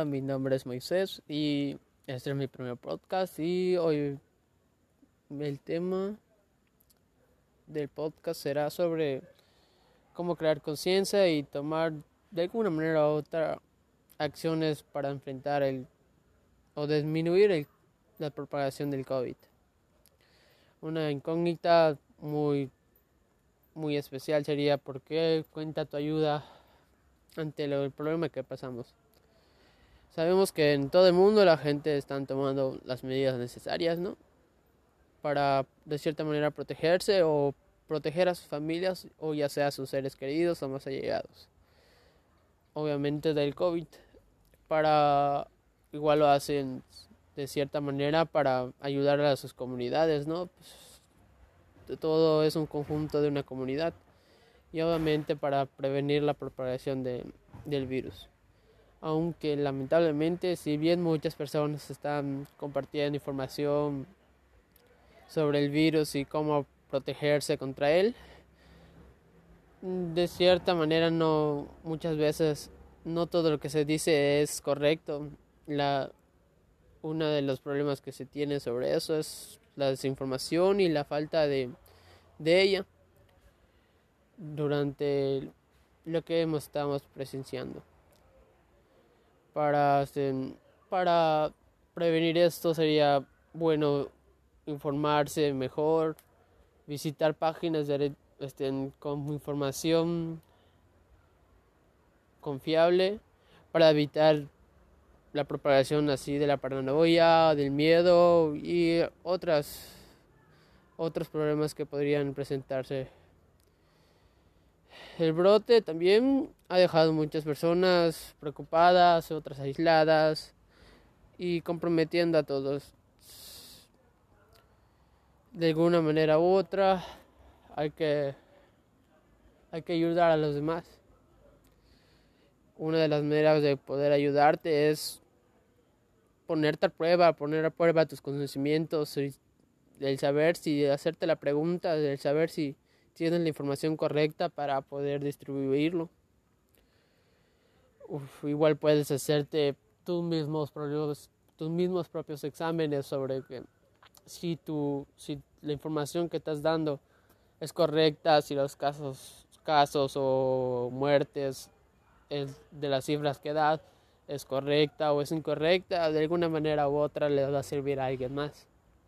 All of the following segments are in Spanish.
Hola, mi nombre es Moisés y este es mi primer podcast y hoy el tema del podcast será sobre cómo crear conciencia y tomar de alguna manera u otra acciones para enfrentar o disminuir la propagación del COVID. Una incógnita muy especial sería por qué cuenta tu ayuda ante el problema que pasamos. Sabemos que en todo el mundo la gente está tomando las medidas necesarias, ¿no? Para de cierta manera protegerse o proteger a sus familias o ya sea a sus seres queridos o más allegados. Obviamente del COVID, para igual lo hacen de cierta manera para ayudar a sus comunidades, ¿no? Pues, todo es un conjunto de una comunidad y obviamente para prevenir la propagación del virus. Aunque lamentablemente, si bien muchas personas están compartiendo información sobre el virus y cómo protegerse contra él, de cierta manera muchas veces no todo lo que se dice es correcto. Uno de los problemas que se tiene sobre eso es la desinformación y la falta de ella durante lo que estamos presenciando. Para prevenir esto sería bueno informarse mejor, visitar páginas con información confiable para evitar la propagación así de la paranoia, del miedo y otros problemas que podrían presentarse. El brote también ha dejado muchas personas preocupadas, otras aisladas y comprometiendo a todos. De alguna manera u otra hay que ayudar a los demás. Una de las maneras de poder ayudarte es poner a prueba tus conocimientos, el saber si hacerte la pregunta, el saber si tienes la información correcta para poder distribuirlo. Igual puedes hacerte tus mismos propios exámenes sobre que si la información que estás dando es correcta, si los casos o muertes de las cifras que das es correcta o es incorrecta, de alguna manera u otra le va a servir a alguien más.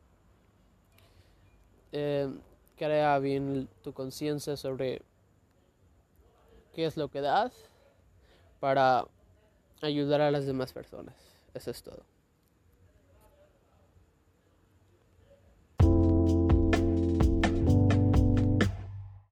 Crea bien tu conciencia sobre qué es lo que das para ayudar a las demás personas. Eso es todo.